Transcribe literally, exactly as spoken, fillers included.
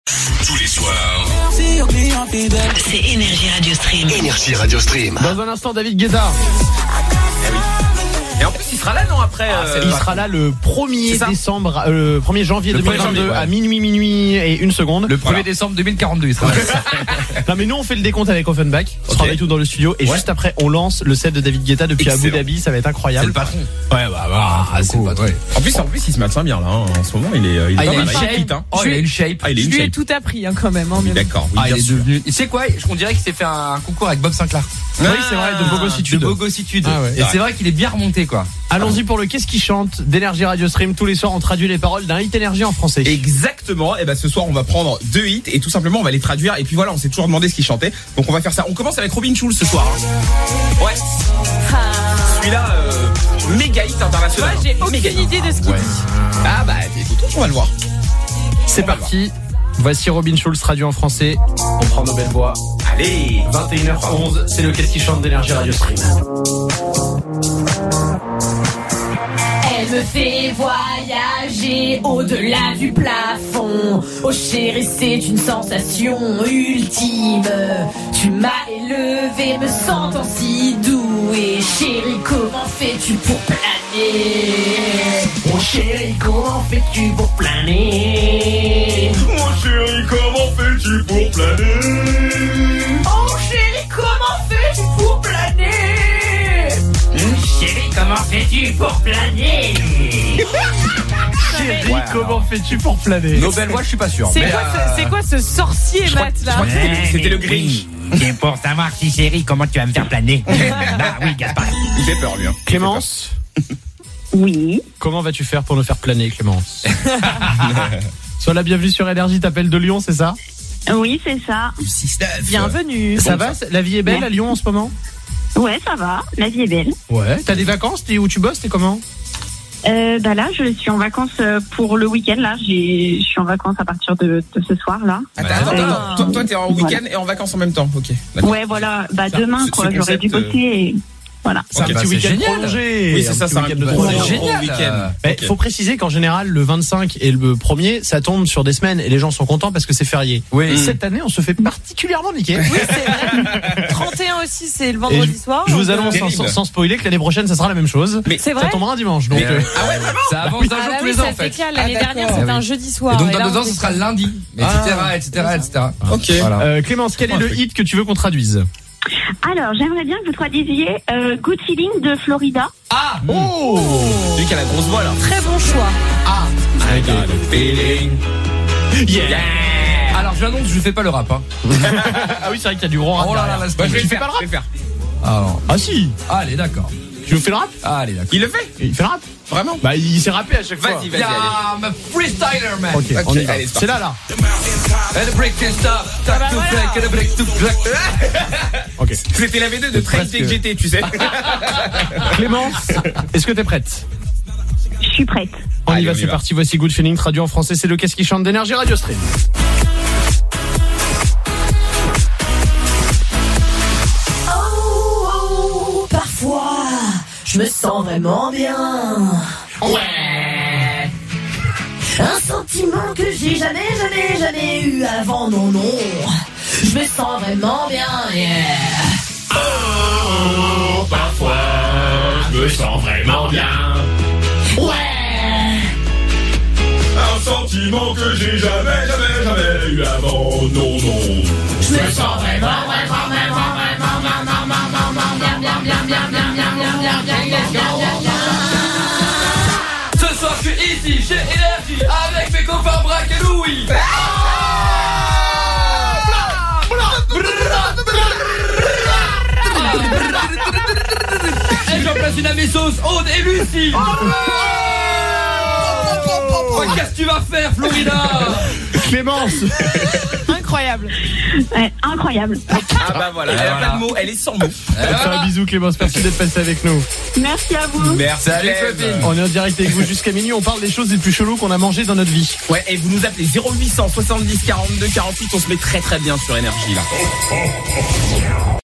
Tous les soirs, c'est Énergie Radio Stream. Énergie Radio Stream. Dans un instant, David Guetta. Eh oui. Et en plus, il sera là, non, après Ah, euh, il sera là le premier décembre, euh, le premier janvier Le deux mille vingt-deux premier janvier, ouais. à minuit, minuit et une seconde. Le premier Voilà. décembre deux mille quarante-deux, il sera là. Non mais nous on fait le décompte avec Offenbach. On Ok. travaille tout dans le studio et Ouais. juste après on lance le set de David Guetta depuis Excellent. Abu Dhabi. Ça va être C'est incroyable. le patron. Ouais bah bah Ah, c'est le patron. En plus, en plus, il se maintient bien là. Hein. En ce moment, il est, il est Ah, pas il a mal. une Il shape. fit, hein. Oh, il a une shape. Ah, il est Je une lui ai shape. tout appris hein, quand même. Hein, bien D'accord. Oui, Ah, il bien est sûr. devenu. Tu sais quoi? On dirait qu'il s'est fait un concours avec Bob Sinclair. oui c'est vrai de bogossitude. De bogossitude. Ah ouais. Et c'est vrai qu'il est bien remonté, quoi. Allons-y pour le qu'est-ce qui chante d'Énergie Radio Stream. Tous les soirs on traduit les paroles d'un hit énergie en français. Exactement. Et ben ce soir, on va prendre deux hits et tout simplement, on va les traduire. Et puis voilà, on s'est toujours demandé ce qu'ils chantaient. Donc on va faire ça. On commence avec Robin Schulz ce soir. Hein. Ouais. Celui-là, euh, méga hit international. Moi, j'ai aucune Méga hit. idée de ce qu'il Ouais. dit. Ah bah écoute, on va le voir. C'est parti. Voici Robin Schulz traduit en français. On prend nos belles voix. Allez. vingt et une heures onze, c'est le qu'est-ce qui chante d'Énergie Radio Stream. Elle me fait voyager au-delà du plafond. Oh chérie, c'est une sensation ultime. Tu m'as élevé, me sentant si doux. Et chérie, comment fais-tu pour planer? Oh chérie, comment fais-tu pour planer? Mon chéri, comment fais-tu pour planer? Oh chérie, comment fais-tu pour planer? Chérie, comment fais-tu pour planer? Chérie, Ouais, comment alors. fais-tu pour planer? Nos belles voix, je suis pas sûr. C'est Mais, quoi, euh, ce- c'est quoi ce sorcier je crois- Matt je là? crois que c'était le- C'était le Grinch. C'est pour savoir si chérie, comment tu vas me faire planer. Bah oui, Gaspard. Il fait peur lui. Hein. Clémence, Oui, comment vas-tu faire pour nous faire planer, Clémence? Sois la bienvenue sur Énergie, t'appelles de Lyon, c'est ça? oui, c'est ça. six neuf. Bienvenue. Ça va? La vie est belle à Lyon en ce moment? Ouais, ça va. La vie est belle. Ouais. T'as des vacances? T'es où tu bosses? T'es comment? Euh, bah là, je suis en vacances euh, pour le week-end. Là, j'ai, je suis en vacances à partir de, de ce soir là. Attends, attends, Ah. attends. Toi, toi, t'es en Voilà. week-end et en vacances en même temps. Ok. D'accord. Ouais, voilà. Bah Ça, demain, ce- quoi. ce J'aurais dû concept, bosser. Et... Voilà. C'est Ok, un bah, petit c'est week-end génial. prolongé. Oui, c'est ça, petit c'est un week-end de ouais, trois un jours. gros Génial. week-end. Mais Ok. faut préciser qu'en général, le vingt-cinq et le premier, ça tombe sur des semaines et les gens sont contents parce que c'est férié. Oui. Et cette année, on se fait particulièrement niquer. Oui, c'est vrai. trente et un aussi, c'est le Et vendredi je, soir. je vous donc, annonce euh, sans, Terrible. sans spoiler que l'année prochaine, ça sera la même chose. Mais C'est Ça vrai. tombera un dimanche. Donc, Mais, euh, euh, Ah ouais, vraiment? Ça avance d'un Ah jour bah tous oui, les ans, ça en fait. décale. L'année Ah, dernière, d'accord. c'était Ah un oui. jeudi soir. Et donc Et dans là, deux ans, on ce sera le décale. lundi, et cetera, et cetera, et cetera. Ok. Voilà. euh, Clémence, quel est le hit que tu veux qu'on traduise? Alors, j'aimerais bien que vous traduisiez euh, Good Feeling de Florida. Ah. Oh Celui qui a la grosse voix là. Très bon choix. Ah. I got a feeling. Yeah. Alors j'annonce, je fais pas le rap. Hein. Ah oui, c'est vrai qu'il y a du gros rap. Oh là là, derrière. laisse Bah, je vais tomber. le fais faire. pas le Je vais le faire. Ah non. Ah si. Allez, d'accord. Tu veux faire le rap? Allez, d'accord. Il le fait? Il fait le rap? Vraiment? Bah, il s'est rappé à chaque fois. Vas-y, vas-y, allez. Yeah, I'm a freestyler, man. Ok, Ok, on y va. allez, c'est C'est là, là. And the break can stop, tac bah to voilà. break, and the break to break. Ok. C'était la V deux de Train presque- T G T, tu sais. Clémence, est-ce que t'es prête? Je suis prête. On Allez, y va, on y c'est va. parti. Voici Good Feeling, traduit en français. C'est le qu'est-ce qui chante d'Énergie Radio Stream. Oh, parfois, je me sens vraiment bien. Ouais. Un sentiment que j'ai jamais, jamais, jamais eu avant, non, non. Je me sens vraiment bien, yeah. oh, parfois, je me sens vraiment bien. Ouais. Un sentiment que j'ai jamais, jamais, jamais eu avant, non, non. Je me sens vraiment, vraiment, vraiment, vraiment, vraiment, vraiment, vraiment, bien, bien, bien, bien, bien, bien, bien, bien, bien, bien, bien, bien, bien. Ce soir, je suis ici, chez Énergie, avec mes copains Braque et Louis. Et j'en place une à mes sauces, Aude et Lucie. Oh, qu'est-ce que tu vas faire, Florida? Clémence. Incroyable. Ouais, incroyable. Ah bah voilà, elle a Voilà. pas de mots, elle est sans mots. On te fait un bisou, Clémence. Merci d'être passé avec nous. Merci à vous. Merci. Salut, Clem. copine. On est en direct avec vous jusqu'à minuit. On parle des choses les plus cheloues qu'on a mangées dans notre vie. Ouais, et vous nous appelez zéro huit cent soixante-dix quarante-deux quarante-huit, on se met très très bien sur Énergie là.